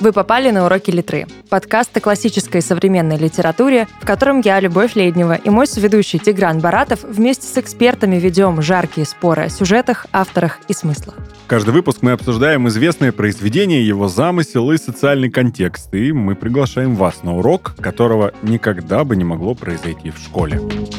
Вы попали на «Уроки литры» – подкаст о классической и современной литературе, в котором я, Любовь Леднева, и мой соведущий Тигран Баратов вместе с экспертами ведем жаркие споры о сюжетах, авторах и смыслах. Каждый выпуск мы обсуждаем известное произведение, его замысел и социальный контекст, и мы приглашаем вас на урок, которого никогда бы не могло произойти в школе.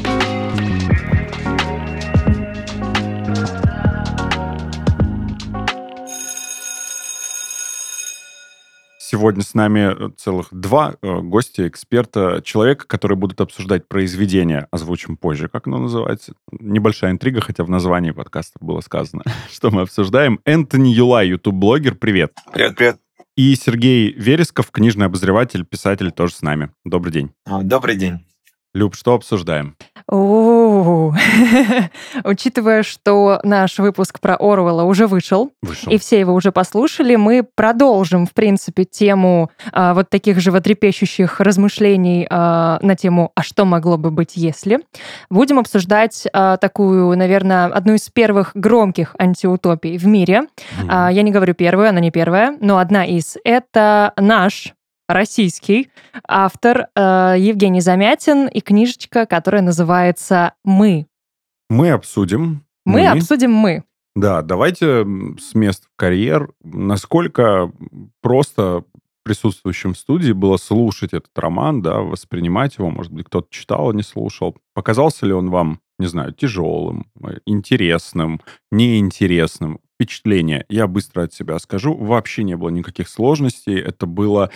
Сегодня с нами целых два гостя, эксперта, человека, которые будут обсуждать произведение. Озвучим позже, как оно называется. Небольшая интрига, хотя в названии подкаста было сказано, что мы обсуждаем. Энтони Юлай, ютуб-блогер, привет. Привет. И Сергей Вересков, книжный обозреватель, писатель, тоже с нами. Добрый день. Добрый день. Люб, что обсуждаем? Учитывая, что наш выпуск про Оруэлла уже вышел, и все его уже послушали, мы продолжим, в принципе, тему вот таких животрепещущих размышлений на тему «А что могло бы быть, если?». Будем обсуждать такую, наверное, одну из первых громких антиутопий в мире. Я не говорю первую, она не первая, но одна из. Это наш российский автор Евгений Замятин и книжечка, которая называется «Мы». Мы обсудим. Мы обсудим «Мы». Да, давайте с мест в карьер. Насколько просто присутствующим в студии было слушать этот роман, да, воспринимать его, может быть, кто-то читал, а не слушал. Показался ли он вам, не знаю, тяжелым, интересным, неинтересным? Впечатление, я быстро от себя скажу, вообще не было никаких сложностей. Это было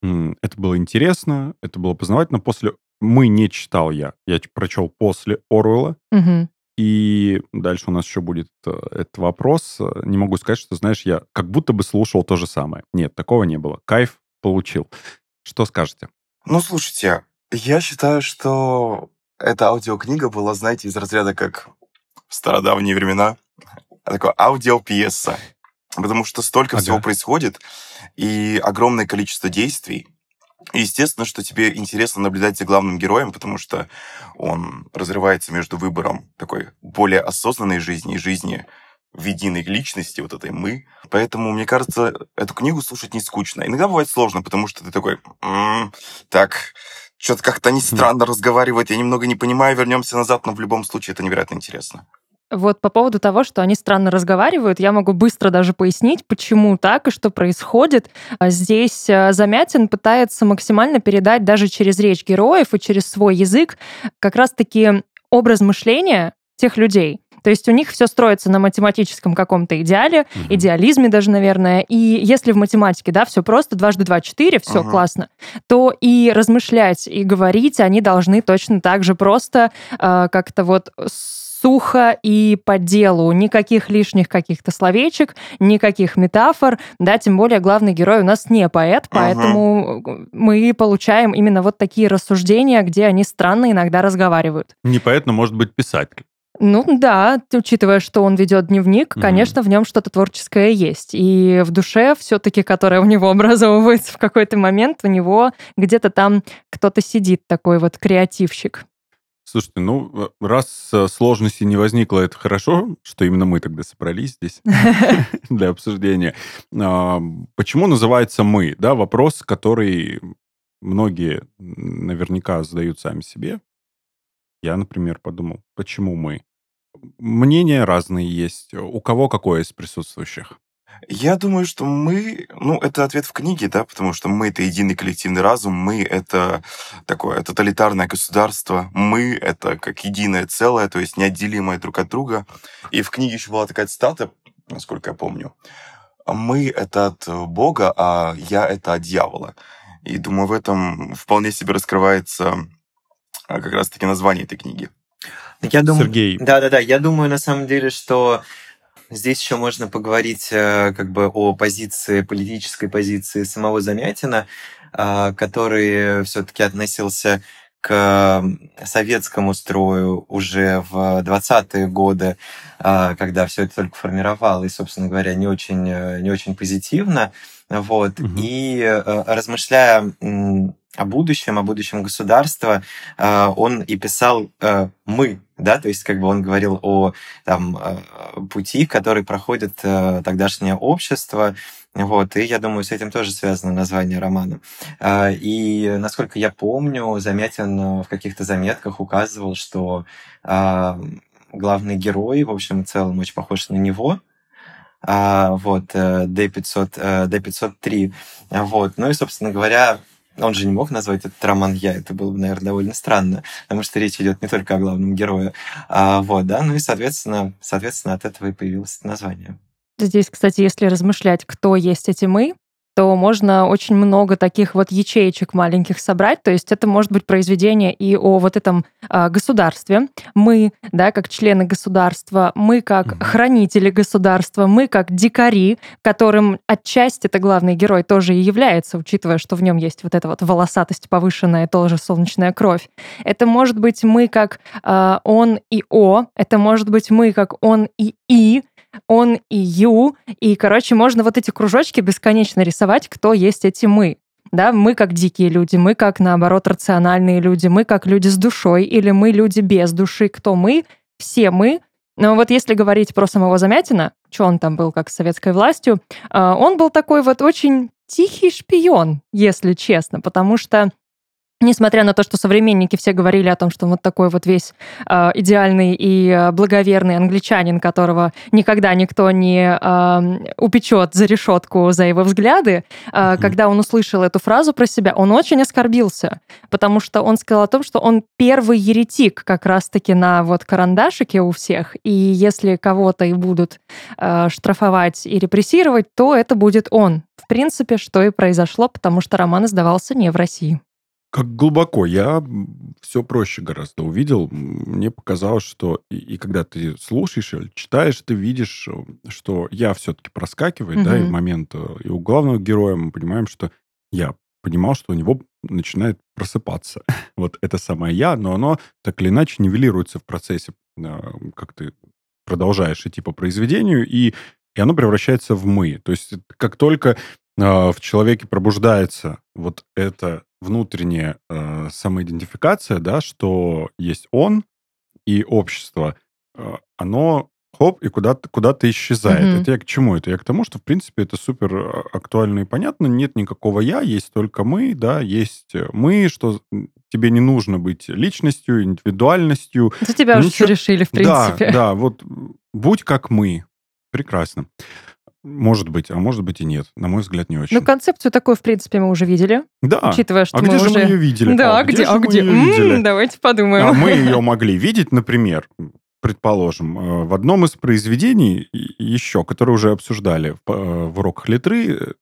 интересно, это было познавательно. «Мы» не читал я прочел после Оруэлла. Угу. И дальше у нас еще будет этот вопрос. Не могу сказать, что, знаешь, я как будто бы слушал то же самое. Нет, такого не было. Кайф получил. Что скажете? Слушайте, я считаю, что эта аудиокнига была, знаете, из разряда как в стародавние времена. Такая аудиопьеса. Потому что столько всего происходит, и огромное количество действий. И естественно, что тебе интересно наблюдать за главным героем, потому что он разрывается между выбором такой более осознанной жизни и жизни в единой личности, вот этой «мы». Поэтому, мне кажется, эту книгу слушать не скучно. Иногда бывает сложно, потому что ты такой, так, что-то как-то они странно разговаривают, я немного не понимаю, вернемся назад, но в любом случае это невероятно интересно. Вот по поводу того, что они странно разговаривают, я могу быстро даже пояснить, почему так и что происходит. Здесь Замятин пытается максимально передать даже через речь героев и через свой язык как раз-таки образ мышления тех людей. То есть у них все строится на математическом каком-то идеале, идеализме даже, наверное. И если в математике, да, все просто, 2 × 2 = 4, все классно, то и размышлять, и говорить они должны точно так же просто как-то вот сухо и по делу. Никаких лишних каких-то словечек, никаких метафор. Да, тем более главный герой у нас не поэт, поэтому мы получаем именно вот такие рассуждения, где они странно иногда разговаривают. Не поэт, но может быть писатель. Да, учитывая, что он ведет дневник, конечно, в нем что-то творческое есть. И в душе все-таки, которая у него образовывается в какой-то момент, у него где-то там кто-то сидит, такой вот креативщик. Слушайте, раз сложностей не возникло, это хорошо, что именно мы тогда собрались здесь для обсуждения. Почему называется «Мы»? Да, вопрос, который многие наверняка задают сами себе. Я, например, подумал, почему «мы»? Мнения разные есть. У кого какое из присутствующих? Я думаю, что мы... это ответ в книге, да, потому что мы — это единый коллективный разум, мы — это такое тоталитарное государство, мы — это как единое целое, то есть неотделимое друг от друга. И в книге еще была такая цитата, насколько я помню. «Мы — это от Бога, а я — это от дьявола». И думаю, в этом вполне себе раскрывается как раз-таки название этой книги. Сергей. Да. Я думаю, на самом деле, что здесь еще можно поговорить о политической позиции самого Замятина, который все-таки относился к советскому строю уже в 20-е годы, когда все это только формировалось, и, собственно говоря, не очень позитивно. Вот. И размышляя о будущем государства, он и писал «мы», да, то есть как бы он говорил о там, пути, который проходит тогдашнее общество, вот, и я думаю, с этим тоже связано название романа. И, насколько я помню, Замятин в каких-то заметках указывал, что главный герой, в общем и целом, очень похож на него, вот, D503. Вот. Ну и, собственно говоря, он же не мог назвать этот роман «Я». Это было бы, наверное, довольно странно, потому что речь идет не только о главном герое. Вот, да, ну и, соответственно, от этого и появилось это название. Здесь, кстати, если размышлять, кто есть эти «мы», то можно очень много таких вот ячеечек маленьких собрать. То есть это может быть произведение и о вот этом государстве. Мы, да, как члены государства, мы как хранители государства, мы как дикари, которым отчасти это главный герой тоже и является, учитывая, что в нем есть вот эта вот волосатость повышенная, тоже солнечная кровь. Это может быть мы как он и о, это может быть мы как он и, он и ю, и, короче, можно вот эти кружочки бесконечно рисовать, кто есть эти мы. Да, мы как дикие люди, мы как, наоборот, рациональные люди, мы как люди с душой, или мы люди без души. Кто мы? Все мы. Но вот если говорить про самого Замятина, что он там был как с советской властью, он был такой вот очень тихий шпион, если честно, потому что несмотря на то, что современники все говорили о том, что он вот такой вот весь идеальный и благоверный англичанин, которого никогда никто не упечет за решетку за его взгляды, когда он услышал эту фразу про себя, он очень оскорбился, потому что он сказал о том, что он первый еретик как раз-таки на вот карандашике у всех, и если кого-то и будут штрафовать и репрессировать, то это будет он. В принципе, что и произошло, потому что роман издавался не в России. Как глубоко. Я все проще гораздо увидел. Мне показалось, что и когда ты слушаешь или читаешь, ты видишь, что я все-таки проскакивает, да, и в момент, и у главного героя мы понимаем, что я понимал, что у него начинает просыпаться вот это самое я, но оно так или иначе нивелируется в процессе, как ты продолжаешь идти по произведению, и оно превращается в мы. То есть как только в человеке пробуждается вот эта внутренняя самоидентификация, да, что есть он и общество, оно хоп, и куда-то исчезает. Это я к чему? Это я к тому, что, в принципе, это супер актуально и понятно. Нет никакого я, есть только мы, да, есть мы, что тебе не нужно быть личностью, индивидуальностью. За тебя уже все решили, в принципе. Да, вот будь как мы. Прекрасно. Может быть, а может быть и нет. На мой взгляд, не очень. Ну, концепцию такую, в принципе, мы уже видели. Да. Учитывая, что а где мы же уже... мы ее видели? Да, где же мы где? ее видели? Давайте подумаем. А мы ее могли видеть, например, предположим, в одном из произведений еще, которые уже обсуждали в уроках литры,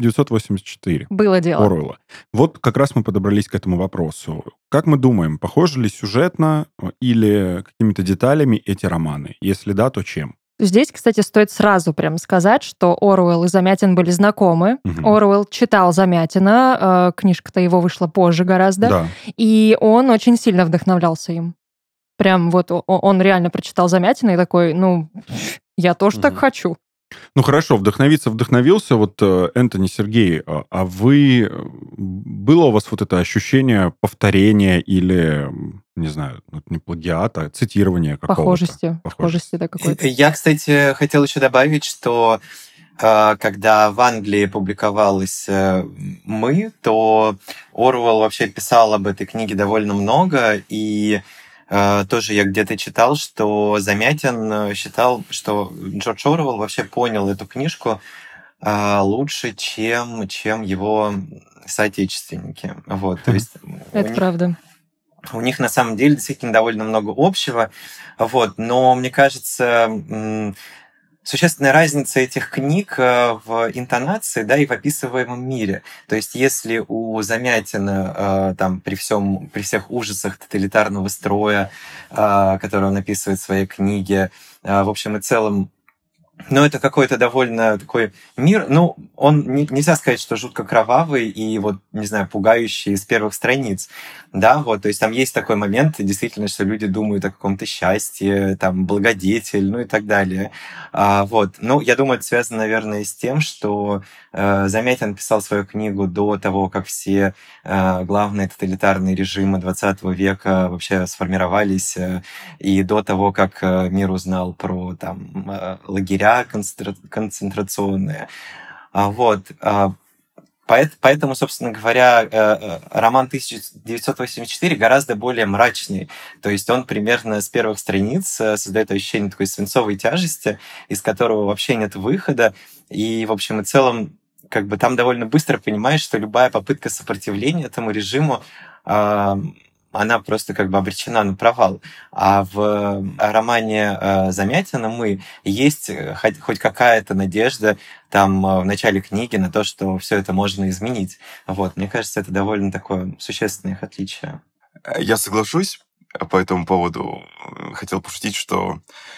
1984. Было дело. Оруэлла. Вот как раз мы подобрались к этому вопросу. Как мы думаем, похожи ли сюжетно или какими-то деталями эти романы? Если да, то чем? Здесь, кстати, стоит сразу прям сказать, что Оруэлл и Замятин были знакомы. Оруэлл читал Замятина, книжка-то его вышла позже гораздо, Да. и он очень сильно вдохновлялся им. Прям вот он реально прочитал Замятина и такой, ну, я тоже так хочу. Ну хорошо, вдохновился вот Энтони Сергей, а было у вас вот это ощущение повторения или, не знаю, не плагиата, а цитирования какого-то? Похожести, да, какой-то. Я, кстати, хотел еще добавить, что когда в Англии публиковалось «Мы», то Оруэлл вообще писал об этой книге довольно много, и тоже я где-то читал, что Замятин считал, что Джордж Оруэлл вообще понял эту книжку лучше, чем его соотечественники. Вот, то есть Это правда. У них на самом деле действительно довольно много общего, вот, но мне кажется, существенная разница этих книг в интонации, да, и в описываемом мире. То есть, если у Замятина там при всех ужасах тоталитарного строя, который он описывает в своей книге, в общем и целом Но это какой-то довольно такой мир. Ну, он нельзя сказать, что жутко кровавый и вот, не знаю, пугающий с первых страниц. Да, вот, то есть там есть такой момент, действительно, что люди думают о каком-то счастье, там, благодетель, ну и так далее. Вот. Ну, я думаю, это связано, наверное, с тем, что Замятин писал свою книгу до того, как все главные тоталитарные режимы XX века вообще сформировались, и до того, как мир узнал про там лагеря концентрационные. Вот. Поэтому, собственно говоря, роман 1984 гораздо более мрачный. То есть он примерно с первых страниц создает ощущение такой свинцовой тяжести, из которого вообще нет выхода. И, в общем и целом, как бы там довольно быстро понимаешь, что любая попытка сопротивления этому режиму она просто как бы обречена на провал. А в романе Замятина есть хоть какая-то надежда там в начале книги на то, что все это можно изменить. Вот. Мне кажется, это довольно такое существенное их отличие. Я соглашусь по этому поводу. Хотел пошутить, что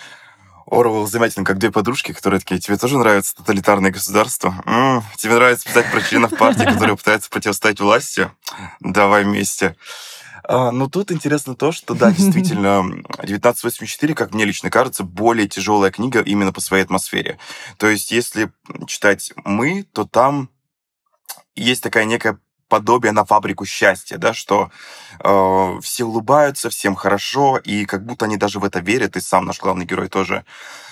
Оруэлл Замятин как две подружки, которые такие: тебе тоже нравится тоталитарное государство? Тебе нравится писать про членов партии, которые пытаются противостоять власти? Давай вместе. Но тут интересно то, что, да, действительно, 1984, как мне лично кажется, более тяжелая книга именно по своей атмосфере. То есть, если читать «Мы», то там есть такая некая подобие на фабрику счастья, да, что все улыбаются, всем хорошо, и как будто они даже в это верят, и сам наш главный герой тоже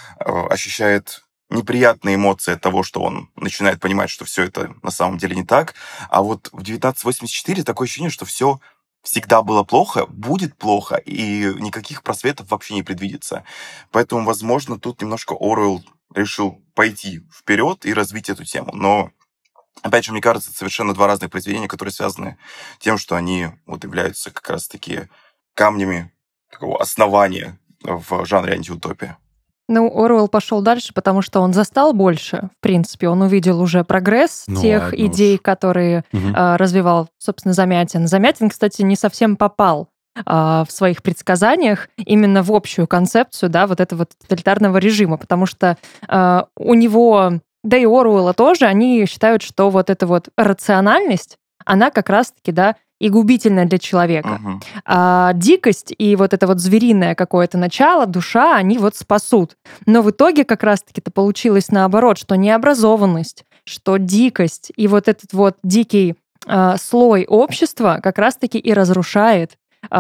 ощущает неприятные эмоции от того, что он начинает понимать, что все это на самом деле не так. А вот в 1984 такое ощущение, что все всегда было плохо, будет плохо, и никаких просветов вообще не предвидится. Поэтому, возможно, тут немножко Оруэлл решил пойти вперед и развить эту тему. Но, опять же, мне кажется, это совершенно два разных произведения, которые связаны тем, что они вот являются как раз-таки камнями такого основания в жанре антиутопия. Ну, Оруэлл пошел дальше, потому что он застал больше. В принципе, он увидел уже прогресс тех идей, которые развивал, собственно, Замятин. Замятин, кстати, не совсем попал в своих предсказаниях именно в общую концепцию, да, вот этого тоталитарного режима, потому что у него, да и Оруэлла тоже, они считают, что вот эта вот рациональность, она как раз-таки, да, и губительная для человека. А дикость и вот это вот звериное какое-то начало, душа, они вот спасут. Но в итоге как раз-таки-то получилось наоборот, что необразованность, что дикость и вот этот вот дикий слой общества как раз-таки и разрушает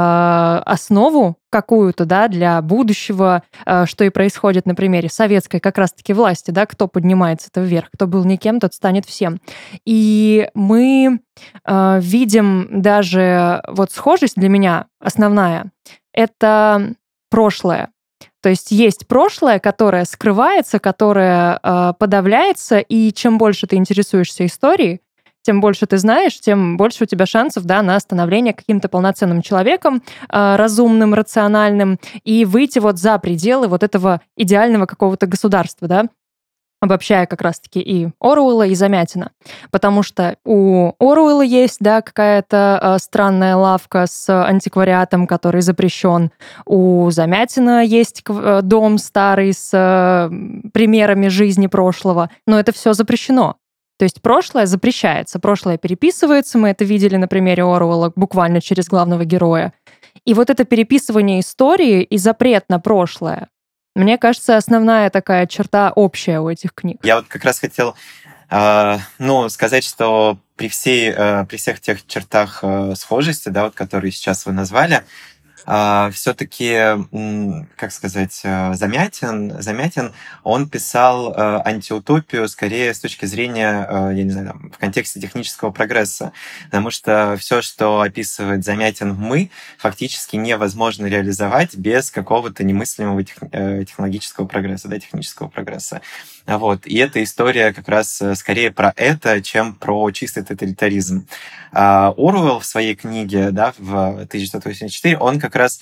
основу какую-то, да, для будущего, что и происходит на примере советской как раз-таки власти, да, кто поднимается-то вверх, кто был никем, тот станет всем. И мы видим даже вот схожесть для меня основная, это прошлое. То есть прошлое, которое скрывается, которое подавляется, и чем больше ты интересуешься историей, тем больше ты знаешь, тем больше у тебя шансов, да, на становление каким-то полноценным человеком, разумным, рациональным, и выйти вот за пределы вот этого идеального какого-то государства, да, обобщая как раз-таки и Оруэлла, и Замятина. Потому что у Оруэлла есть, да, какая-то странная лавка с антиквариатом, который запрещен. У Замятина есть дом старый с примерами жизни прошлого, но это все запрещено. То есть прошлое запрещается, прошлое переписывается, мы это видели на примере Оруэлла буквально через главного героя. И вот это переписывание истории и запрет на прошлое, мне кажется, основная такая черта общая у этих книг. Я вот как раз хотел сказать, что при всех тех чертах схожести, да, вот, которые сейчас вы назвали, все-таки, как сказать, Замятин, он писал антиутопию скорее с точки зрения, я не знаю, там, в контексте технического прогресса, потому что все, что описывает Замятин в «Мы», фактически невозможно реализовать без какого-то немыслимого технологического прогресса, да, технического прогресса. Вот. И эта история как раз скорее про это, чем про чистый тоталитаризм. Оруэлл в своей книге, да, в 1984, он как раз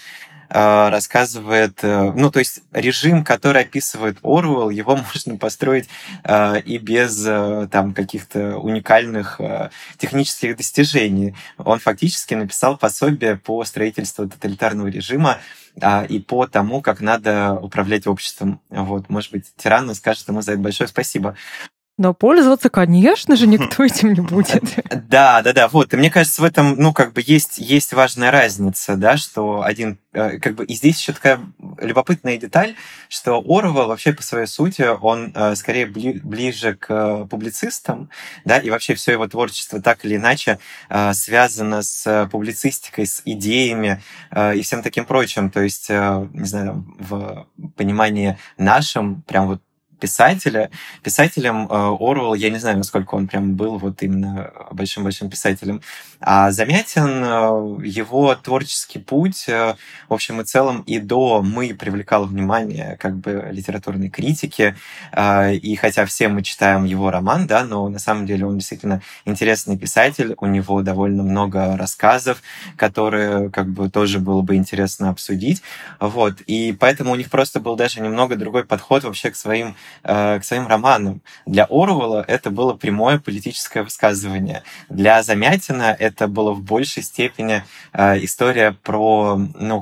рассказывает... то есть режим, который описывает Оруэлл, его можно построить и без там каких-то уникальных технических достижений. Он фактически написал пособие по строительству тоталитарного режима и по тому, как надо управлять обществом. Вот, может быть, Тиран скажет ему за это большое спасибо. Но пользоваться, конечно же, никто этим не будет. Да. Вот. И мне кажется, в этом, есть важная разница, да, что и здесь еще такая любопытная деталь, что Оруэлл вообще по своей сути, он скорее ближе к публицистам, да, и вообще все его творчество так или иначе связано с публицистикой, с идеями и всем таким прочим. То есть, не знаю, в понимании нашем, прям вот писателем Оруэлл, я не знаю, насколько он прям был вот именно большим-большим писателем. А Замятин, его творческий путь, в общем и целом, и до «Мы» привлекал внимание как бы литературной критики, и хотя все мы читаем его роман, да, но на самом деле он действительно интересный писатель, у него довольно много рассказов, которые как бы тоже было бы интересно обсудить, вот, и поэтому у них просто был даже немного другой подход вообще к своим романам. Для Оруэлла это было прямое политическое высказывание. Для Замятина это было в большей степени история про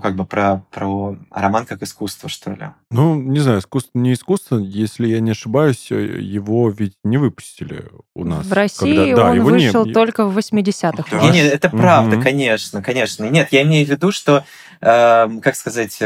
роман как искусство, что ли. Не знаю, не искусство, если я не ошибаюсь, его ведь не выпустили у нас. В России он вышел только в 80-х. Нет, это правда, конечно. Нет, я имею в виду, что, как сказать...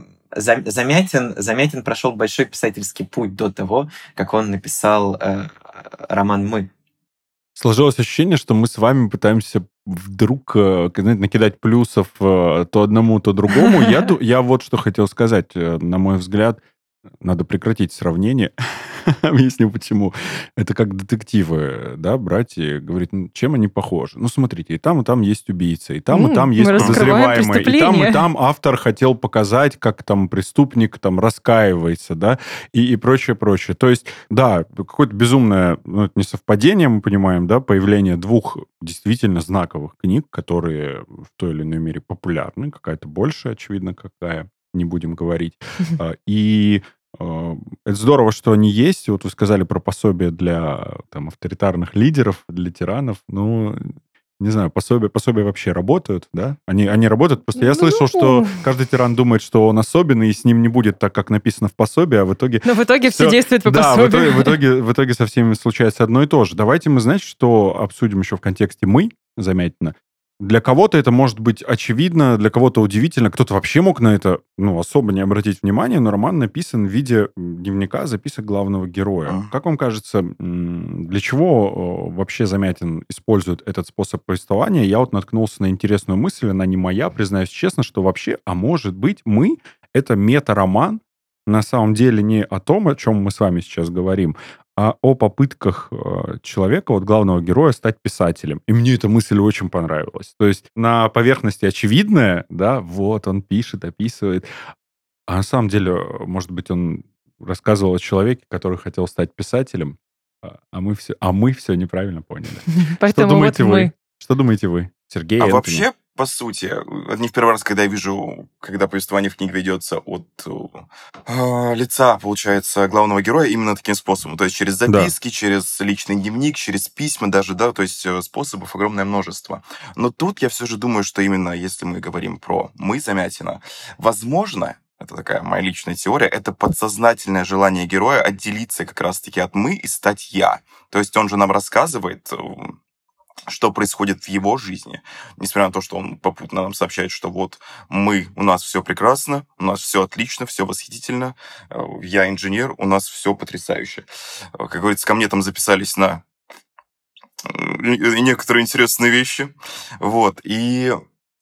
Замятин прошел большой писательский путь до того, как он написал роман «Мы». Сложилось ощущение, что мы с вами пытаемся вдруг накидать плюсов то одному, то другому. Я вот что хотел сказать. На мой взгляд, надо прекратить сравнение. Объясню, почему. Это как детективы, да, брать и говорить, чем они похожи. Смотрите, и там есть убийца, и там есть подозреваемый, и там автор хотел показать, как там преступник там раскаивается, да, и прочее. То есть, да, какое-то безумное несовпадение, мы понимаем, да, появление двух действительно знаковых книг, которые в той или иной мере популярны, какая-то больше, очевидно, какая, не будем говорить. И это здорово, что они есть. Вот вы сказали про пособие для авторитарных лидеров, для тиранов. Не знаю, пособия вообще работают, да? Они работают. Просто я слышал, что каждый тиран думает, что он особенный, и с ним не будет так, как написано в пособии, а в итоге... Но в итоге все действует по пособию. В итоге со всеми случается одно и то же. Давайте мы, знаете, что обсудим еще в контексте «Мы», Замятина. Для кого-то это может быть очевидно, для кого-то удивительно. Кто-то вообще мог на это особо не обратить внимания, но роман написан в виде дневника записок главного героя. Как вам кажется, для чего вообще Замятин использует этот способ повествования? Я вот наткнулся на интересную мысль, она не моя, признаюсь честно, что вообще, а может быть, «Мы» — это мета-роман, на самом деле не о том, о чем мы с вами сейчас говорим, а о попытках человека, вот главного героя, стать писателем. И мне эта мысль очень понравилась. То есть на поверхности очевидная, да, вот он пишет, описывает. А на самом деле, может быть, он рассказывал о человеке, который хотел стать писателем, а мы все неправильно поняли. Поэтому Что думаете вот вы? Что думаете вы, Сергей? А Энтони? вообще, по сути, это не в первый раз, когда я вижу, когда повествование в книге ведется от лица, получается, главного героя именно таким способом. То есть через записки, через личный дневник, через письма даже, да, то есть способов огромное множество. Но тут я все же думаю, что именно если мы говорим про «Мы» Замятина, возможно, это такая моя личная теория, это подсознательное желание героя отделиться как раз-таки от «мы» и стать «я». То есть он же нам рассказывает, что происходит в его жизни, несмотря на то, что он попутно нам сообщает, что вот у нас все прекрасно, у нас все отлично, все восхитительно, я инженер, у нас все потрясающе. Как говорится, ко мне там записались на некоторые интересные вещи. Вот. И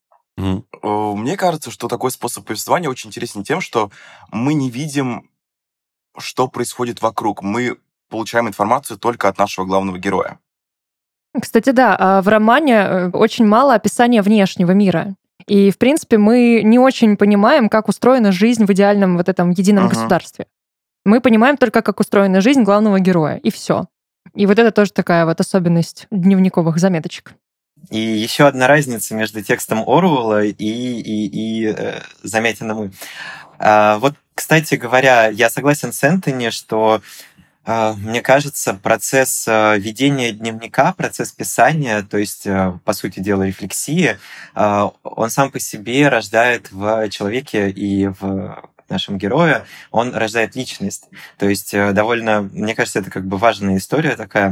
мне кажется, что такой способ повествования очень интересен тем, что мы не видим, что происходит вокруг. Мы получаем информацию только от нашего главного героя. Кстати, да, в романе очень мало описания внешнего мира. И, в принципе, мы не очень понимаем, как устроена жизнь в идеальном вот этом едином государстве. Мы понимаем только, как устроена жизнь главного героя, и все. И вот это тоже такая вот особенность дневниковых заметочек. И еще одна разница между текстом Оруэлла и Замятиным. Вот, кстати говоря, я согласен с Энтони, что мне кажется, процесс ведения дневника, процесс писания, то есть, по сути дела, рефлексии, он сам по себе рождает в человеке и в нашем герое, он рождает личность. То есть довольно, мне кажется, это как бы важная история такая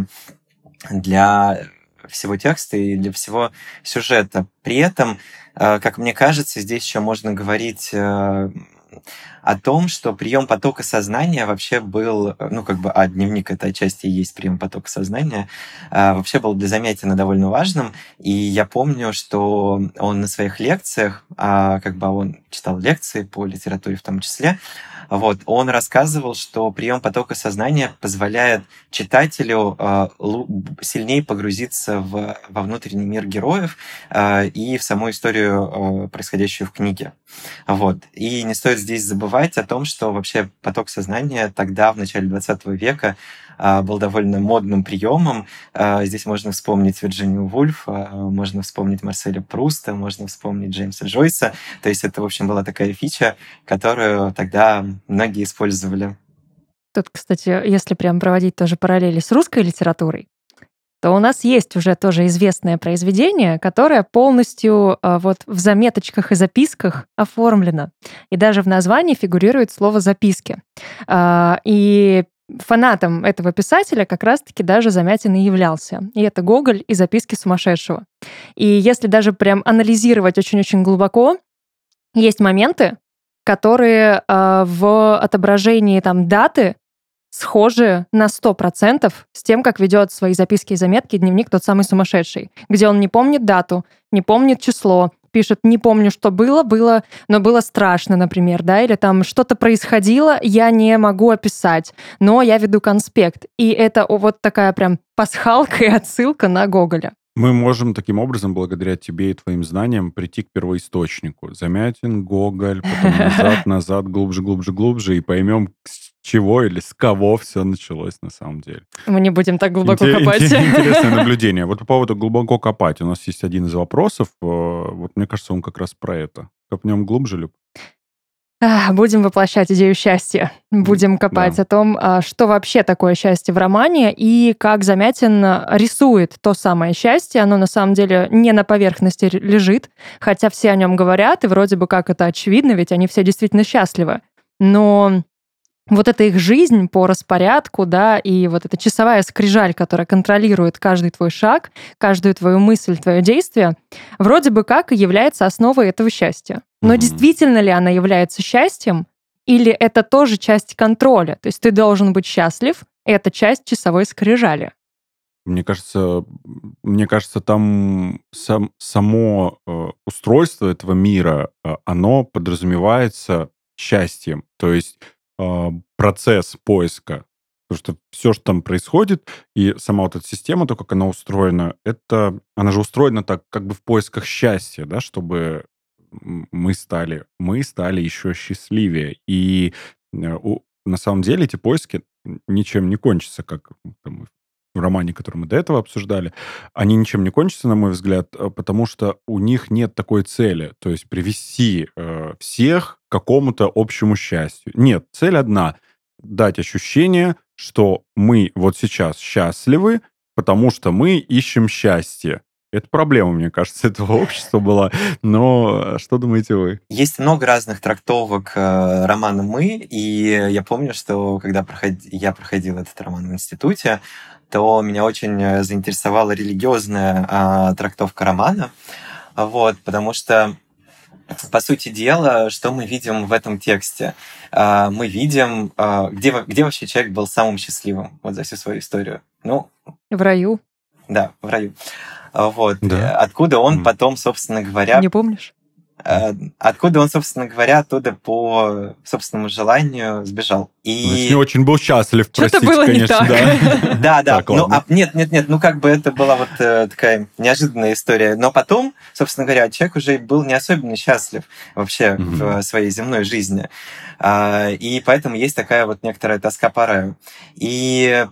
для всего текста и для всего сюжета. При этом, как мне кажется, здесь еще можно говорить о том, что прием потока сознания вообще был, дневник это отчасти и есть прием потока сознания, вообще был для Замятина довольно важным. И я помню, что он на своих лекциях, он читал лекции по литературе в том числе, он рассказывал, что прием потока сознания позволяет читателю сильнее погрузиться во внутренний мир героев и в саму историю, происходящую в книге. И не стоит здесь забывать о том, что вообще поток сознания тогда, в начале 20 века, был довольно модным приемом. Здесь можно вспомнить Вирджинию Вульф, можно вспомнить Марселя Пруста, можно вспомнить Джеймса Джойса. То есть это, в общем, была такая фича, которую тогда многие использовали. Тут, кстати, если прям проводить тоже параллели с русской литературой, то у нас есть уже тоже известное произведение, которое полностью в заметочках и записках оформлено. И даже в названии фигурирует слово «записки». И фанатом этого писателя как раз-таки даже Замятин и являлся. И это Гоголь и «Записки сумасшедшего». И если даже прям анализировать очень-очень глубоко, есть моменты, которые в отображении даты схожи на 100% с тем, как ведет свои записки и заметки дневник тот самый сумасшедший, где он не помнит дату, не помнит число, пишет: не помню, что было, но было страшно, например, да, или там что-то происходило, я не могу описать, но я веду конспект. И это вот такая прям пасхалка и отсылка на Гоголя. Мы можем таким образом, благодаря тебе и твоим знаниям, прийти к первоисточнику. Замятин, Гоголь, потом назад, глубже, и поймем, с чего или с кого все началось на самом деле. Мы не будем так глубоко копать. Интересное наблюдение. Вот по поводу глубоко копать. У нас есть один из вопросов. Мне кажется, он как раз про это. Копнем глубже, Люб? Будем воплощать идею счастья. Будем копать о том, что вообще такое счастье в романе и как Замятин рисует то самое счастье. Оно на самом деле не на поверхности лежит, хотя все о нем говорят, и вроде бы как это очевидно, ведь они все действительно счастливы. Но вот эта их жизнь по распорядку, да, и вот эта часовая скрижаль, которая контролирует каждый твой шаг, каждую твою мысль, твое действие, вроде бы как и является основой этого счастья. Но действительно ли она является счастьем, или это тоже часть контроля? То есть ты должен быть счастлив, и это часть часовой скрижали. Мне кажется, там само устройство этого мира, оно подразумевается счастьем. То есть процесс поиска, потому что все, что там происходит, и сама вот эта система, то, как она устроена, она же устроена так, как бы в поисках счастья, да, чтобы мы стали еще счастливее. И на самом деле эти поиски ничем не кончатся, как там, в романе, который мы до этого обсуждали. Они ничем не кончатся, на мой взгляд, потому что у них нет такой цели, то есть привести всех к какому-то общему счастью. Нет, цель одна — дать ощущение, что мы вот сейчас счастливы, потому что мы ищем счастье. Это проблема, мне кажется, этого общества была. Но что думаете вы? Есть много разных трактовок романа «Мы», и я помню, что когда я проходил этот роман в институте, то меня очень заинтересовала религиозная трактовка романа, потому что, по сути дела, что мы видим в этом тексте? Мы видим, где вообще человек был самым счастливым за всю свою историю. В раю. Да, в раю. Да. Откуда он потом, собственно говоря... Не помнишь? Откуда он, собственно говоря, оттуда по собственному желанию сбежал. Не очень был счастлив, что-то простите, было конечно. Не так. Да. Нет. Это была такая неожиданная история. Но потом, собственно говоря, человек уже был не особенно счастлив вообще в своей земной жизни. И поэтому есть такая некоторая тоска по раю. И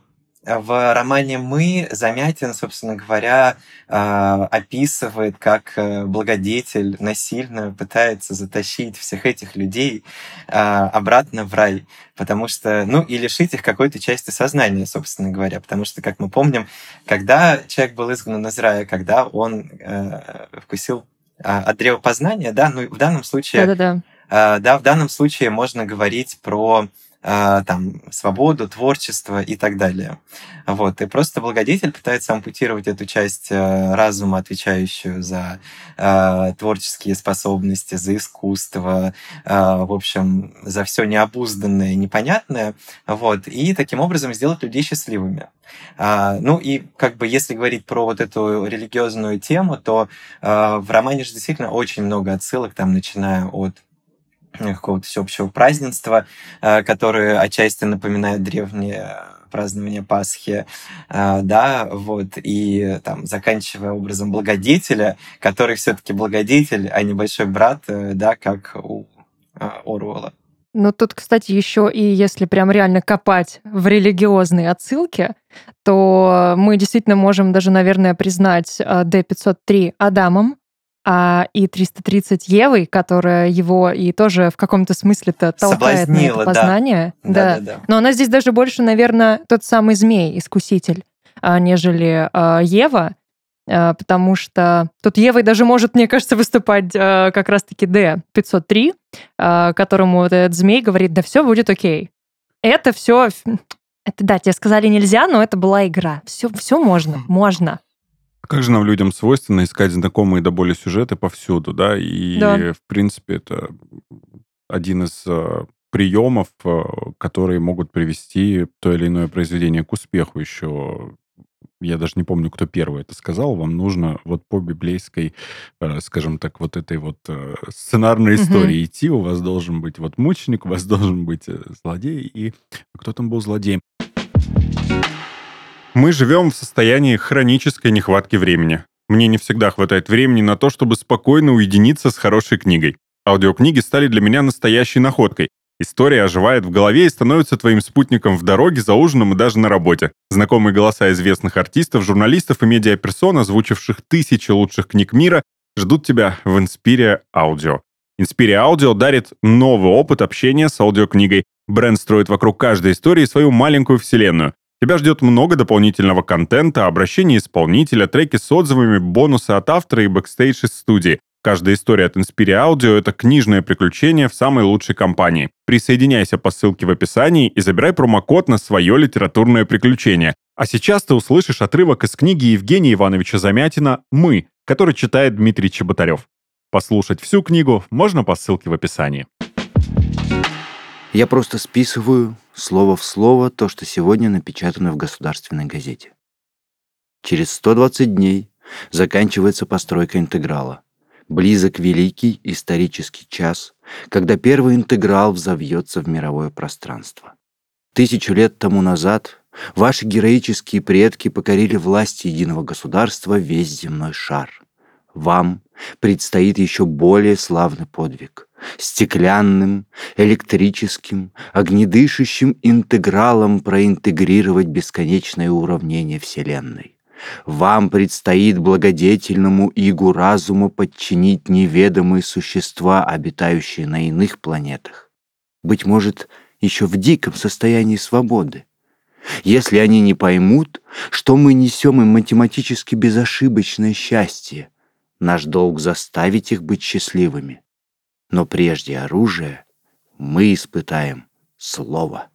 в романе «Мы» Замятин, собственно говоря, описывает, как благодетель насильно пытается затащить всех этих людей обратно в рай, потому что, и лишить их какой-то части сознания, собственно говоря, потому что, как мы помним, когда человек был изгнан из рая, когда он вкусил от древа познания, да, в данном случае, в данном случае можно говорить про свободу, творчество и так далее. Вот. И просто благодетель пытается ампутировать эту часть разума, отвечающую за творческие способности, за искусство, в общем, за все необузданное и непонятное, вот, и таким образом сделать людей счастливыми. И если говорить про вот эту религиозную тему, то в романе же действительно очень много отсылок, начиная от какого-то всеобщего празднества, которое отчасти напоминает древнее празднование Пасхи, и заканчивая образом благодетеля, который все-таки благодетель, а не большой брат, как у Оруэлла. Тут, кстати, еще и если прям реально копать в религиозные отсылки, то мы действительно можем даже, наверное, признать D503 Адамом, и 330 Евой, которая его и тоже в каком-то смысле-то толкает на это познание. Да. Но она здесь даже больше, наверное, тот самый змей-искуситель, нежели Ева, потому что тут Евой даже может, мне кажется, выступать как раз-таки D503, которому вот этот змей говорит: да все будет окей. Это все... Это тебе сказали нельзя, но это была игра. Все можно. Как же нам, людям, свойственно искать знакомые до боли сюжеты повсюду, да? В принципе, это один из приемов, которые могут привести то или иное произведение к успеху еще. Я даже не помню, кто первый это сказал. Вам нужно по библейской, скажем так, этой сценарной истории идти. У вас должен быть мученик, у вас должен быть злодей. И кто там был злодеем? Мы живем в состоянии хронической нехватки времени. Мне не всегда хватает времени на то, чтобы спокойно уединиться с хорошей книгой. Аудиокниги стали для меня настоящей находкой. История оживает в голове и становится твоим спутником в дороге, за ужином и даже на работе. Знакомые голоса известных артистов, журналистов и медиаперсон, озвучивших тысячи лучших книг мира, ждут тебя в Inspiria Audio. Inspiria Audio дарит новый опыт общения с аудиокнигой. Бренд строит вокруг каждой истории свою маленькую вселенную. Тебя ждет много дополнительного контента, обращения исполнителя, треки с отзывами, бонусы от автора и бэкстейдж из студии. Каждая история от Inspiria Audio — это книжное приключение в самой лучшей компании. Присоединяйся по ссылке в описании и забирай промокод на свое литературное приключение. А сейчас ты услышишь отрывок из книги Евгения Ивановича Замятина «Мы», который читает Дмитрий Чеботарев. Послушать всю книгу можно по ссылке в описании. Я просто списываю слово в слово то, что сегодня напечатано в государственной газете. Через 120 дней заканчивается постройка интеграла. Близок великий исторический час, когда первый интеграл взовьется в мировое пространство. 1000 лет тому назад ваши героические предки покорили власть единого государства весь земной шар. Вам предстоит еще более славный подвиг. Стеклянным, электрическим, огнедышащим интегралом проинтегрировать бесконечное уравнение Вселенной. Вам предстоит благодетельному игу разума подчинить неведомые существа, обитающие на иных планетах. Быть может, еще в диком состоянии свободы. Если они не поймут, что мы несем им математически безошибочное счастье, наш долг заставить их быть счастливыми. Но прежде оружия мы испытаем слово.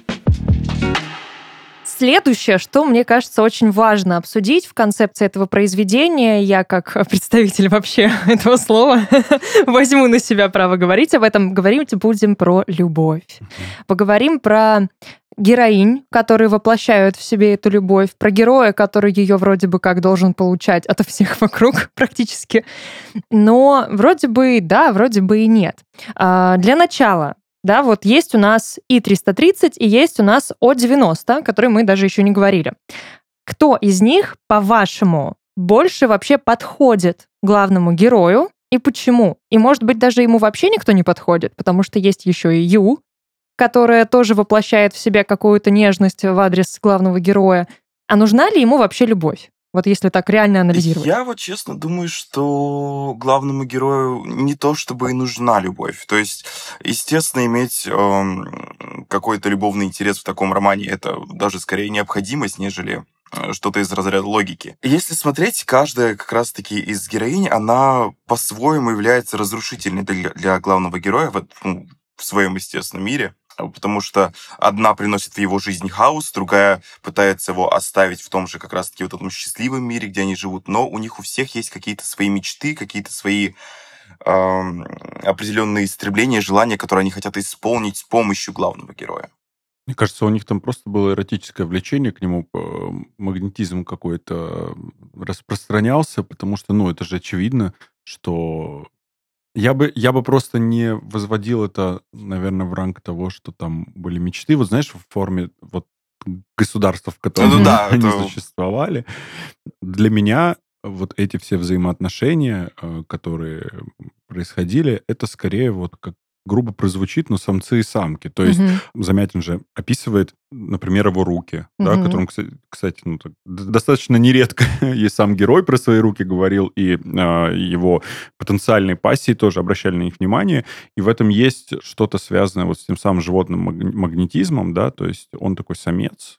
Следующее, что, мне кажется, очень важно обсудить в концепции этого произведения, я как представитель вообще этого слова возьму на себя право говорить об этом, говорить будем про любовь. Поговорим про героинь, которые воплощают в себе эту любовь, про героя, который ее вроде бы как должен получать ото всех вокруг практически. Но вроде бы да, вроде бы и нет. Для начала, да, вот есть у нас И-330 и есть у нас О-90, которые мы даже еще не говорили. Кто из них, по-вашему, больше вообще подходит главному герою и почему? И, может быть, даже ему вообще никто не подходит, потому что есть еще и Ю, которая тоже воплощает в себе какую-то нежность в адрес главного героя. А нужна ли ему вообще любовь? Вот если так реально анализировать. Я вот честно думаю, что главному герою не то чтобы и нужна любовь. То есть, естественно, иметь какой-то любовный интерес в таком романе это даже скорее необходимость, нежели что-то из разряда логики. Если смотреть, каждая как раз-таки из героинь, она по-своему является разрушительной для главного героя в своем естественном мире. Потому что одна приносит в его жизнь хаос, другая пытается его оставить в том же как раз-таки вот этом счастливом мире, где они живут, но у них у всех есть какие-то свои мечты, какие-то свои определенные стремления, желания, которые они хотят исполнить с помощью главного героя. Мне кажется, у них там просто было эротическое влечение к нему, магнетизм какой-то распространялся, потому что, это же очевидно, что я бы просто не возводил это, наверное, в ранг того, что там были мечты, вот знаешь, в форме вот государства, в котором они существовали. Для меня вот эти все взаимоотношения, которые происходили, это скорее вот как грубо прозвучит, но самцы и самки. То есть Замятин же описывает, например, его руки, да, которым, кстати, достаточно нередко и сам герой про свои руки говорил, и его потенциальные пассии тоже обращали на них внимание. И в этом есть что-то связанное вот с тем самым животным магнетизмом, да, то есть он такой самец,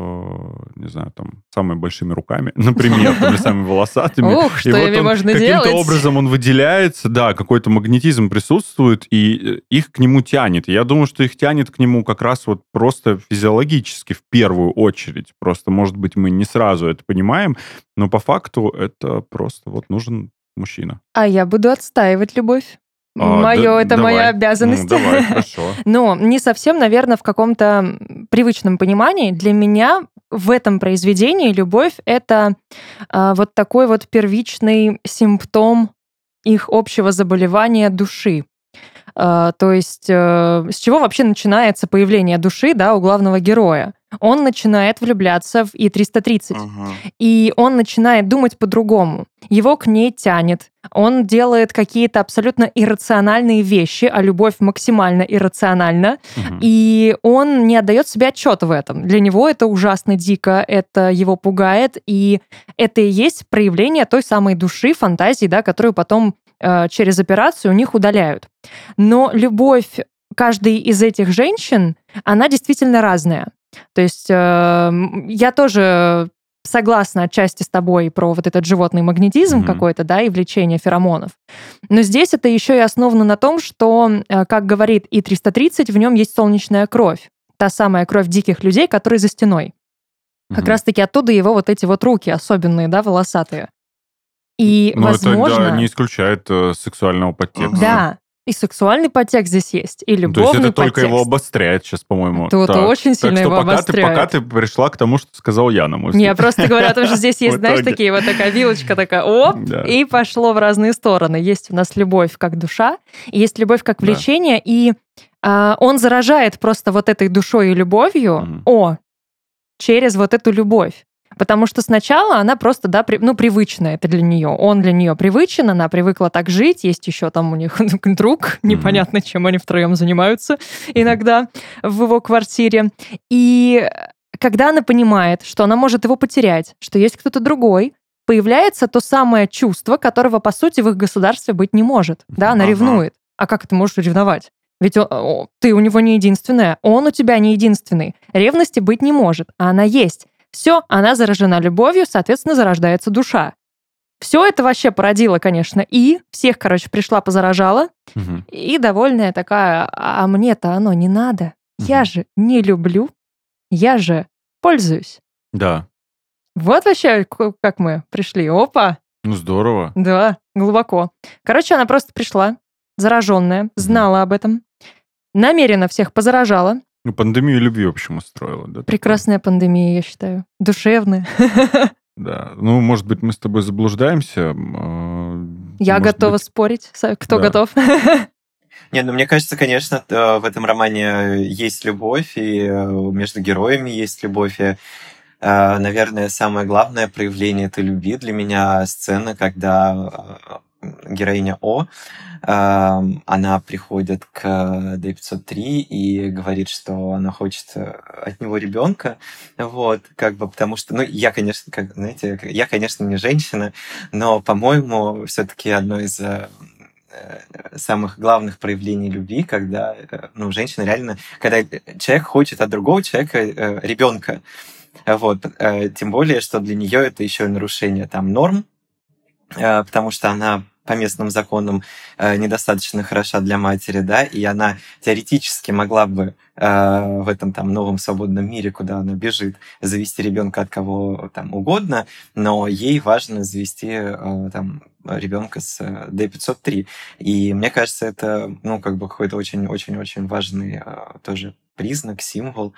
не знаю, там, самыми большими руками, например, или самыми волосатыми. Ух, что ими можно делать? Каким-то образом он выделяется, да, какой-то магнетизм присутствует, и их к нему тянет. Я думаю, что их тянет к нему как раз вот просто физиологически в первую очередь. Просто, может быть, мы не сразу это понимаем, но по факту это просто вот нужен мужчина. А я буду отстаивать любовь. Это моя обязанность. Давай, хорошо. Но не совсем, наверное, в каком-то привычном понимании. Для меня в этом произведении любовь — это вот такой вот первичный симптом их общего заболевания души. То есть с чего вообще начинается появление души, да, у главного героя? Он начинает влюбляться в И-330, и он начинает думать по-другому. Его к ней тянет. Он делает какие-то абсолютно иррациональные вещи, а любовь максимально иррациональна, и он не отдает себе отчета в этом. Для него это ужасно дико, это его пугает, и это и есть проявление той самой души, фантазии, да, которую потом через операцию у них удаляют. Но любовь каждой из этих женщин, она действительно разная. То есть я тоже согласна отчасти с тобой про вот этот животный магнетизм какой-то, да, и влечение феромонов. Но здесь это еще и основано на том, что, как говорит И-330, в нем есть солнечная кровь. Та самая кровь диких людей, которые за стеной. Как раз-таки оттуда его вот эти вот руки особенные, да, волосатые. И, возможно... это не исключает сексуального подтекста. Да, и сексуальный подтекст здесь есть, и любовный подтекст. То есть это только его обостряет сейчас, по-моему. Это очень сильно его обостряет. Пока ты пришла к тому, что сказал я, на мой взгляд. Не, я просто говорю о том, что здесь есть, знаешь, такие вот такая вилочка такая, оп, и пошло в разные стороны. Есть у нас любовь как душа, и есть любовь как влечение, и он заражает просто вот этой душой и любовью, через вот эту любовь. Потому что сначала она просто, да, привычная это для нее. Он для нее привычен, она привыкла так жить. Есть еще там у них друг, непонятно, чем они втроем занимаются иногда в его квартире. И когда она понимает, что она может его потерять, что есть кто-то другой, появляется то самое чувство, которого, по сути, в их государстве быть не может. Да, она ревнует. А как ты можешь ревновать? Ведь ты у него не единственная, он у тебя не единственный. Ревности быть не может, а она есть. Все, она заражена любовью, соответственно, зарождается душа. Все это вообще породило, конечно, и всех, пришла, позаражала, и довольная такая, а мне-то оно не надо. Я же не люблю, я же пользуюсь. Да. Вот вообще, как мы пришли. Опа! Ну, здорово. Да, глубоко. Она просто пришла, зараженная, знала об этом, намеренно всех позаражала. Пандемию любви, в общем, устроила. Да, прекрасная пандемия, я считаю. Душевная. Да. Ну, может быть, мы с тобой заблуждаемся. Я готова спорить. Кто готов? Нет, мне кажется, конечно, в этом романе есть любовь, и между героями есть любовь. И, наверное, самое главное проявление этой любви для меня сцена, когда героиня О, она приходит к D503 и говорит, что она хочет от него ребенка, вот, как бы, потому что, ну, я, конечно, знаете, я, конечно, не женщина, но, по-моему, все-таки одно из самых главных проявлений любви, когда, ну, женщина реально, когда человек хочет от другого человека ребенка, вот, тем более, что для нее это еще и нарушение там норм, потому что она по местным законам недостаточно хороша для матери, да, и она теоретически могла бы в этом там новом свободном мире, куда она бежит, завести ребенка от кого там угодно, но ей важно завести там ребенка с D503. И мне кажется, это, ну, как бы какой-то очень-очень-очень важный тоже признак, символ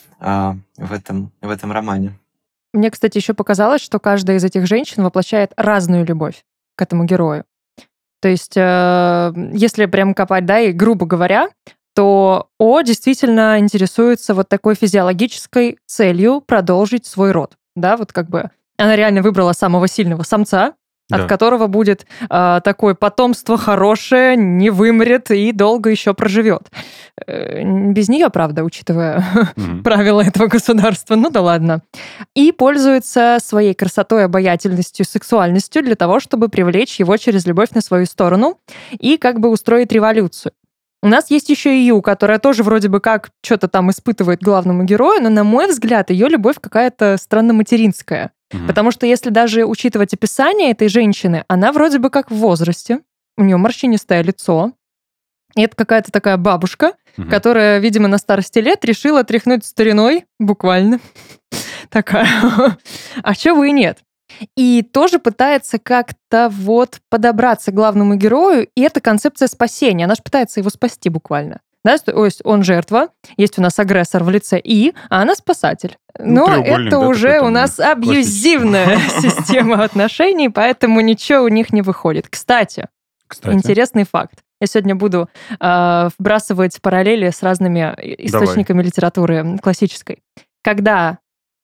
в этом романе. Мне, кстати, еще показалось, что каждая из этих женщин воплощает разную любовь к этому герою. То есть, если прям копать, да, и грубо говоря, то О действительно интересуется вот такой физиологической целью продолжить свой род. Да, вот как бы она реально выбрала самого сильного самца, от которого будет такое потомство хорошее, не вымрет и долго еще проживет. Без нее, правда, учитывая правила этого государства, ну да ладно. И пользуется своей красотой, обаятельностью, сексуальностью для того, чтобы привлечь его через любовь на свою сторону и как бы устроить революцию. У нас есть еще и Ю, которая тоже вроде бы как что-то там испытывает главному герою, но, на мой взгляд, ее любовь какая-то странно материнская. Потому что если даже учитывать описание этой женщины, она вроде бы как в возрасте, у нее морщинистое лицо, и это какая-то такая бабушка, которая, видимо, на старости лет решила тряхнуть стариной, буквально. Такая. А чего бы и нет? И тоже пытается как-то вот подобраться к главному герою, и это концепция спасения. Она же пытается его спасти буквально. Да, то есть он жертва, есть у нас агрессор в лице И, а она спасатель. Но это уже у нас абьюзивная система отношений, поэтому ничего у них не выходит. Кстати, интересный факт. Я сегодня буду вбрасывать параллели с разными источниками литературы классической. Когда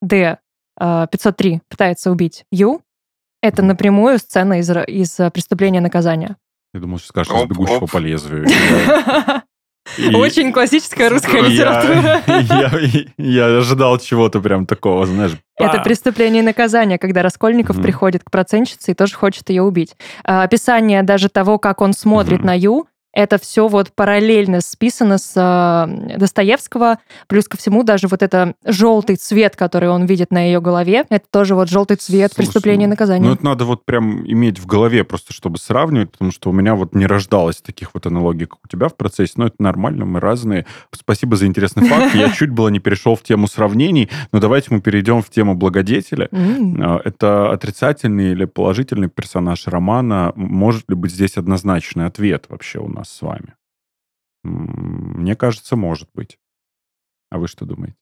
D503 пытается убить Ю, это напрямую сцена из «Преступления и наказания». Я думал, что скажешь «Из бегущего по лезвию». Очень классическая русская литература. Я ожидал чего-то прям такого, знаешь. Это «Преступление и наказание», когда Раскольников приходит к процентщице и тоже хочет ее убить. Описание даже того, как он смотрит на Ю, это все вот параллельно списано с Достоевского. Плюс ко всему даже вот это желтый цвет, который он видит на ее голове, это тоже вот желтый цвет «Преступления и наказания». Ну, это надо вот прям иметь в голове просто, чтобы сравнивать, потому что у меня вот не рождалось таких вот аналогий, как у тебя в процессе, но это нормально, мы разные. Спасибо за интересный факт. Я чуть было не перешел в тему сравнений, но давайте мы перейдем в тему благодетеля. Это отрицательный или положительный персонаж романа? Может ли быть здесь однозначный ответ вообще у нас с вами? Мне кажется, может быть. А вы что думаете?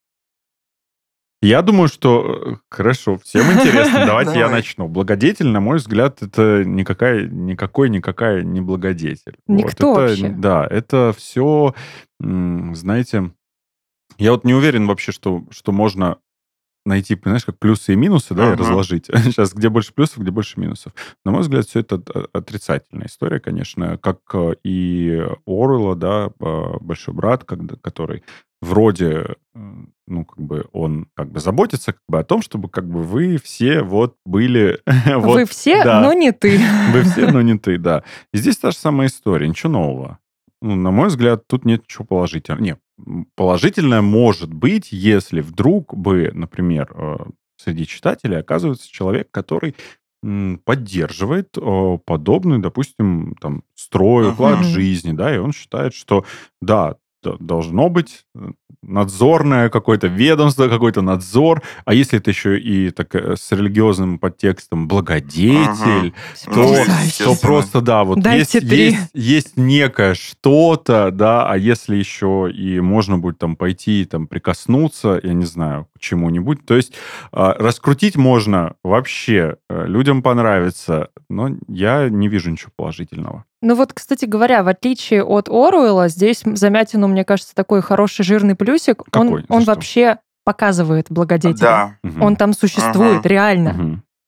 Я думаю, что... Хорошо, всем интересно. Давайте я начну. Благодетель, на мой взгляд, это никакая не благодетель. Никто вообще. Да, это все, знаете... Я вот не уверен вообще, что можно найти, понимаешь, как плюсы и минусы, да, и разложить. Сейчас, где больше плюсов, где больше минусов. На мой взгляд, все это отрицательная история, конечно, как и Оруэлла, да, «Большой брат», который вроде, ну, как бы он как бы заботится как бы о том, чтобы как бы вы все вот были... Вы все, но не ты. Вы все, но не ты, да. И здесь та же самая история, ничего нового. Ну, на мой взгляд, тут нет ничего положительного. Нет, положительное может быть, если вдруг бы, например, среди читателей оказывается человек, который поддерживает подобный, допустим, там, строй, уклад жизни, да, и он считает, что, да, должно быть надзорное какое-то ведомство, какой-то надзор, а если это еще и так, с религиозным подтекстом благодетель, то просто, да, вот есть некое что-то, да, а если еще и можно будет там пойти, там, прикоснуться, я не знаю, к чему-нибудь, то есть раскрутить можно вообще, людям понравится, но я не вижу ничего положительного. Ну вот, кстати говоря, в отличие от Оруэлла, здесь Замятину, мне кажется, такой хороший жирный плюсик. Он вообще показывает благодетеля. Да. Он там существует, реально.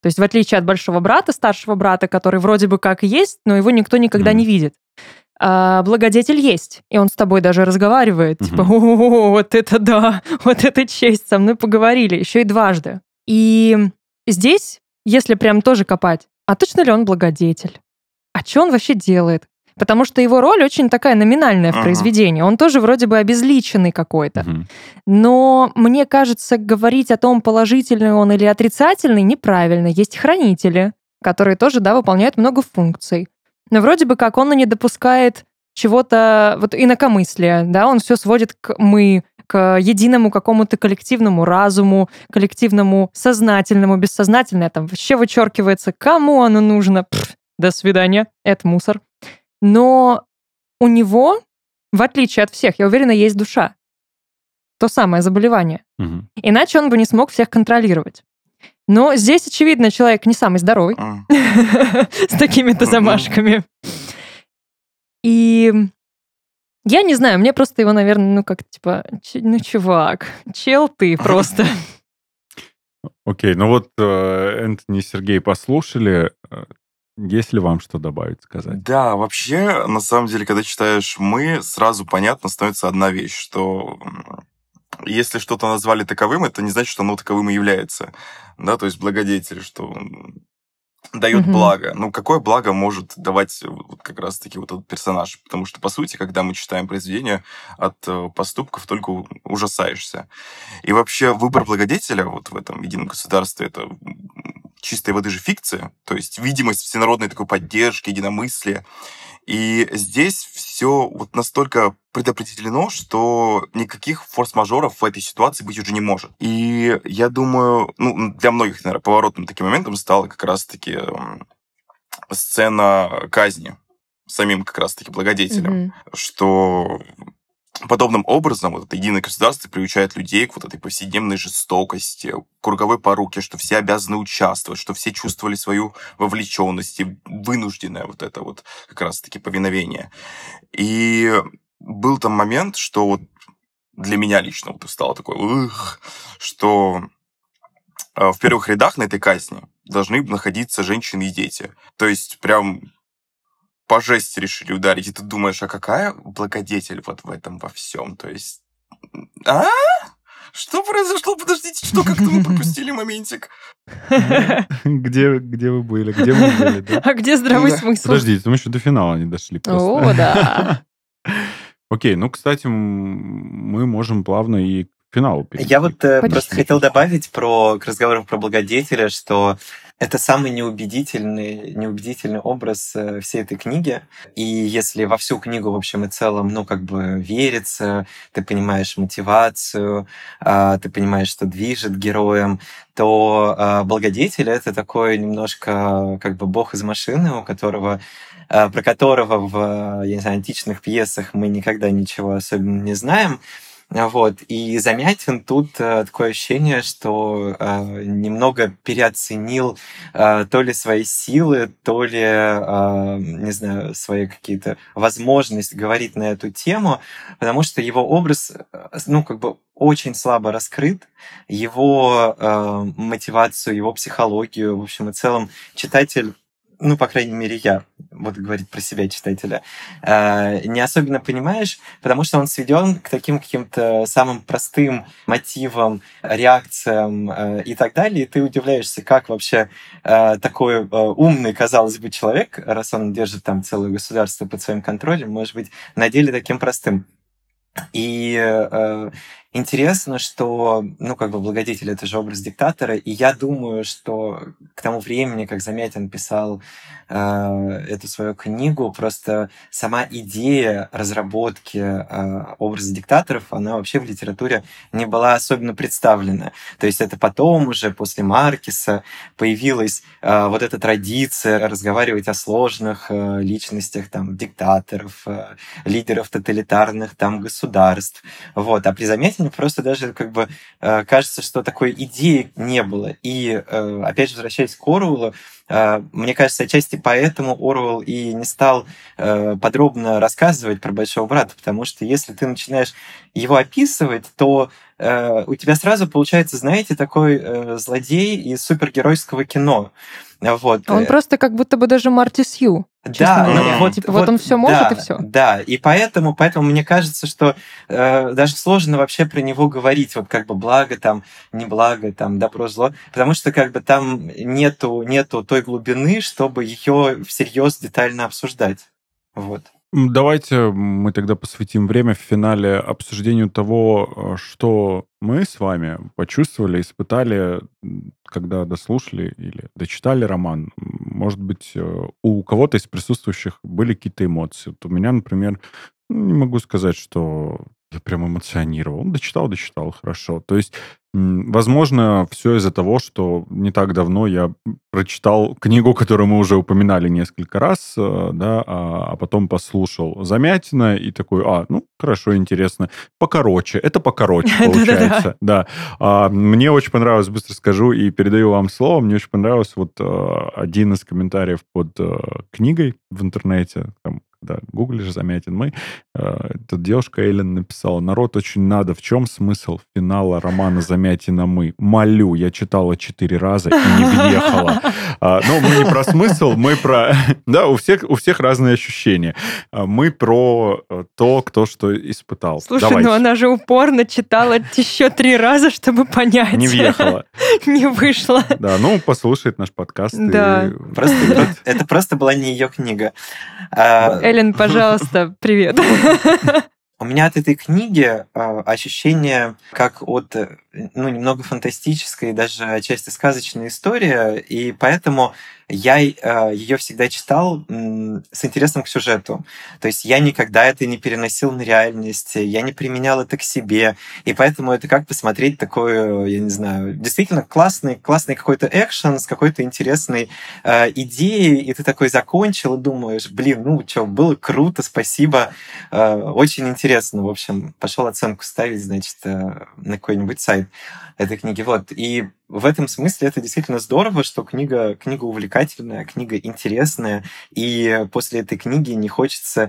То есть в отличие от большого брата, старшего брата, который вроде бы как есть, но его никто никогда не видит. А благодетель есть, и он с тобой даже разговаривает. Типа, о, вот это да, вот это честь, со мной поговорили, еще и дважды. И здесь, если прям тоже копать, а точно ли он благодетель? А что он вообще делает? Потому что его роль очень такая номинальная в произведении. Он тоже вроде бы обезличенный какой-то. Но мне кажется, говорить о том, положительный он или отрицательный, неправильно. Есть хранители, которые тоже, да, выполняют много функций. Но вроде бы как он и не допускает чего-то, вот инакомыслия, да, он все сводит к «мы», к единому какому-то коллективному разуму, коллективному сознательному, бессознательное там вообще вычеркивается. Кому оно нужно? До свидания, это мусор. Но у него, в отличие от всех, я уверена, есть душа. То самое заболевание. Иначе он бы не смог всех контролировать. Но здесь, очевидно, человек не самый здоровый с такими-то замашками. И я не знаю, мне просто его, наверное, чувак, чел ты просто. Окей, ну вот Энтони и Сергей послушали. Есть ли вам что добавить, сказать? Да, вообще, на самом деле, когда читаешь «мы», сразу понятно становится одна вещь, что если что-то назвали таковым, это не значит, что оно таковым и является. Да, то есть благодетель, что дает благо. Ну, какое благо может давать вот как раз-таки вот этот персонаж? Потому что, по сути, когда мы читаем произведение, от поступков только ужасаешься. И вообще выбор благодетеля вот в этом едином государстве — это чистой воды же фикция, то есть видимость всенародной такой поддержки, единомыслия. И здесь все вот настолько предопределено, что никаких форс-мажоров в этой ситуации быть уже не может. И я думаю, ну, для многих, наверное, поворотным таким моментом стала как раз-таки сцена казни самим как раз-таки благодетелем, что подобным образом вот это единое государство приучает людей к вот этой повседневной жестокости, к круговой поруке, что все обязаны участвовать, что все чувствовали свою вовлеченность и вынужденное вот это вот как раз-таки повиновение. И был там момент, что вот для меня лично вот стало такое, что в первых рядах на этой казни должны находиться женщины и дети. То есть прям по жести решили ударить, и ты думаешь, а какая благодетель вот в этом во всем? То есть... Что произошло? Подождите, что как-то мы пропустили моментик. Где вы были? Где мы были? Да? А где здравый смысл? Подождите, мы еще до финала не дошли просто. О, да. Окей, ну, кстати, мы можем плавно и к финалу перейти. Я вот просто хотел добавить к разговору про благодетеля, что это самый неубедительный образ всей этой книги. И если во всю книгу, в общем и целом, верится, ты понимаешь мотивацию, ты понимаешь, что движет героем, то благодетель — это такой немножко как бы бог из машины, про которого в, я не знаю, античных пьесах мы никогда ничего особенно не знаем. Вот. И Замятин тут такое ощущение, что немного переоценил то ли свои силы, то ли, не знаю, свои какие-то возможности говорить на эту тему, потому что его образ, очень слабо раскрыт, его мотивацию, его психологию, в общем и целом, читатель, по крайней мере, я буду говорить про себя, читателя, не особенно понимаешь, потому что он сведен к таким каким-то самым простым мотивам, реакциям и так далее, и ты удивляешься, как вообще такой умный, казалось бы, человек, раз он держит там целое государство под своим контролем, может быть на деле таким простым. И интересно, что, благодетель — это же образ диктатора, и я думаю, что к тому времени, как Замятин писал эту свою книгу, просто сама идея разработки образа диктаторов, она вообще в литературе не была особенно представлена. То есть это потом уже, после Маркеса, появилась вот эта традиция разговаривать о сложных личностях, диктаторов, лидеров тоталитарных государств. Вот. А при Замятине возможно, просто даже как бы кажется, что такой идеи не было. И, опять же, возвращаясь к Оруэллу, мне кажется, отчасти поэтому Оруэлл и не стал подробно рассказывать про Большого брата, потому что если ты начинаешь его описывать, то у тебя сразу получается, знаете, такой злодей из супергеройского кино. Вот. Он просто как будто бы даже Марти Сью. Да, вот он все может, и все. Да, и поэтому мне кажется, что даже сложно вообще про него говорить, вот как бы благо там, не благо там, добро, зло, потому что как бы там нету той глубины, чтобы ее всерьез детально обсуждать. Вот. Давайте мы тогда посвятим время в финале обсуждению того, что мы с вами почувствовали, испытали, когда дослушали или дочитали роман. Может быть, у кого-то из присутствующих были какие-то эмоции. Вот у меня, например, не могу сказать, что я прям эмоционировал. Дочитал, хорошо. То есть, возможно, все из-за того, что не так давно я прочитал книгу, которую мы уже упоминали несколько раз, да, а потом послушал Замятина и такой, хорошо, интересно. Покороче. Это покороче получается. Да. Мне очень понравилось, быстро скажу и передаю вам слово, мне очень понравился вот один из комментариев под книгой в интернете, там, когда гуглишь Замятин, эта девушка Эллен написала: народ очень надо. В чем смысл финала романа Замятина «Мы»? Молю, я читала 4 раза и не въехала. Мы не про смысл, мы про... Да, у всех разные ощущения. Мы про то, кто что испытал. Слушай, давайте. Она же упорно читала еще 3 раза, чтобы понять. Не въехала. Не вышло. Да, послушает наш подкаст. Да. Это просто была не ее книга. Эллен, пожалуйста, привет. У меня от этой книги ощущение как от немного фантастической, даже отчасти сказочной истории, и поэтому я ее всегда читал с интересом к сюжету. То есть я никогда это не переносил на реальность, я не применял это к себе, и поэтому это как посмотреть такой, я не знаю, действительно классный какой-то экшен с какой-то интересной идеей, и ты такой закончил и думаешь, было круто, спасибо, очень интересно. В общем, пошел оценку ставить, значит, на какой-нибудь сайт этой книги. Вот. И в этом смысле это действительно здорово, что книга увлекательная, книга интересная, и после этой книги не хочется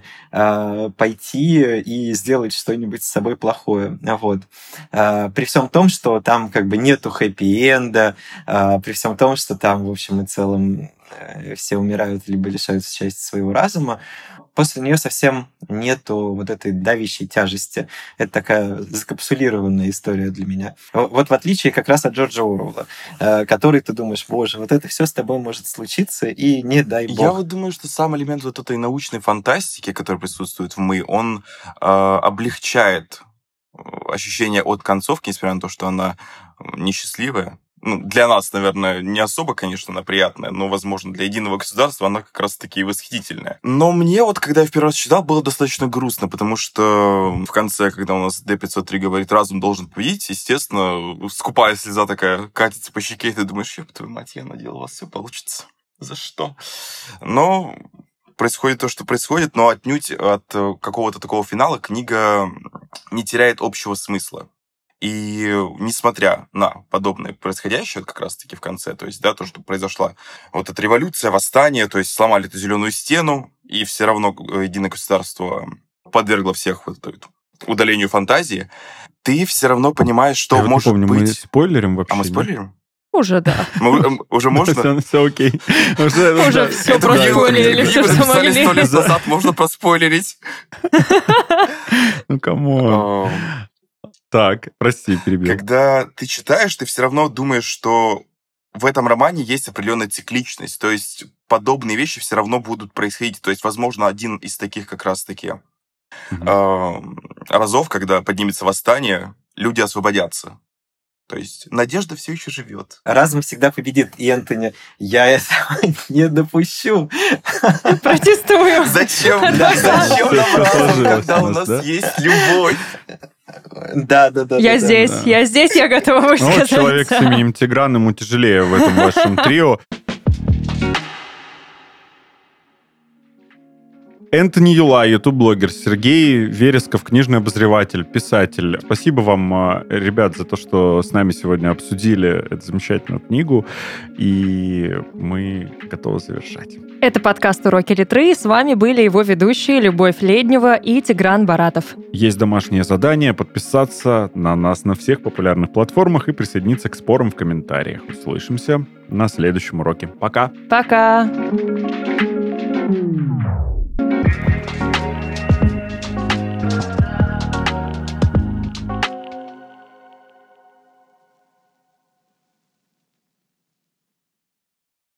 пойти и сделать что-нибудь с собой плохое. Вот. При всем том, что там как бы нету хэппи-энда, при всем том, что там, в общем и целом, все умирают либо лишаются части своего разума, после нее совсем нету вот этой давящей тяжести. Это такая закапсулированная история для меня. Вот в отличие как раз от Джорджа Оруэлла, который ты думаешь, боже, вот это все с тобой может случиться, и не дай бог. Я вот думаю, что сам элемент вот этой научной фантастики, который присутствует в «Мы», он облегчает ощущение от концовки, несмотря на то, что она несчастливая. Для нас, наверное, не особо, конечно, она приятная, но, возможно, для единого государства она как раз-таки восхитительная. Но мне когда я в первый раз читал, было достаточно грустно, потому что в конце, когда у нас D503 говорит, разум должен победить, естественно, скупая слеза такая катится по щеке, и ты думаешь, ёб твою мать, я надеял, у вас все получится. За что? Но происходит то, что происходит, но отнюдь от какого-то такого финала книга не теряет общего смысла. И несмотря на подобное происходящее как раз-таки в конце, то есть, да, то, что произошла вот эта революция, восстание, то есть сломали эту зеленую стену, и все равно единое государство подвергло всех удалению фантазии, ты все равно понимаешь, что может быть... Мы спойлерим вообще? А мы спойлерим? Уже, да. Уже можно? Все окей. Уже все проспойлерили, все, что могли. 100 лет назад можно проспойлерить. Камон. Так, прости, перебил. Когда ты читаешь, ты все равно думаешь, что в этом романе есть определенная цикличность, то есть подобные вещи все равно будут происходить. То есть, возможно, один из таких как раз-таки разов, когда поднимется восстание, люди освободятся. То есть надежда все еще живет. Разум всегда победит, и, Энтони, я этого не допущу. Протестую. Зачем нам разум, когда у нас есть любовь? Да. Я здесь, я готова высказаться. Человек с именем Тигран, ему тяжелее в этом вашем трио. Энтони Юла, ютуб-блогер, Сергей Вересков, книжный обозреватель, писатель. Спасибо вам, ребят, за то, что с нами сегодня обсудили эту замечательную книгу, и мы готовы завершать. Это подкаст «Уроки Литры». С вами были его ведущие Любовь Леднева и Тигран Баратов. Есть домашнее задание — подписаться на нас на всех популярных платформах и присоединиться к спорам в комментариях. Услышимся на следующем уроке. Пока! Пока!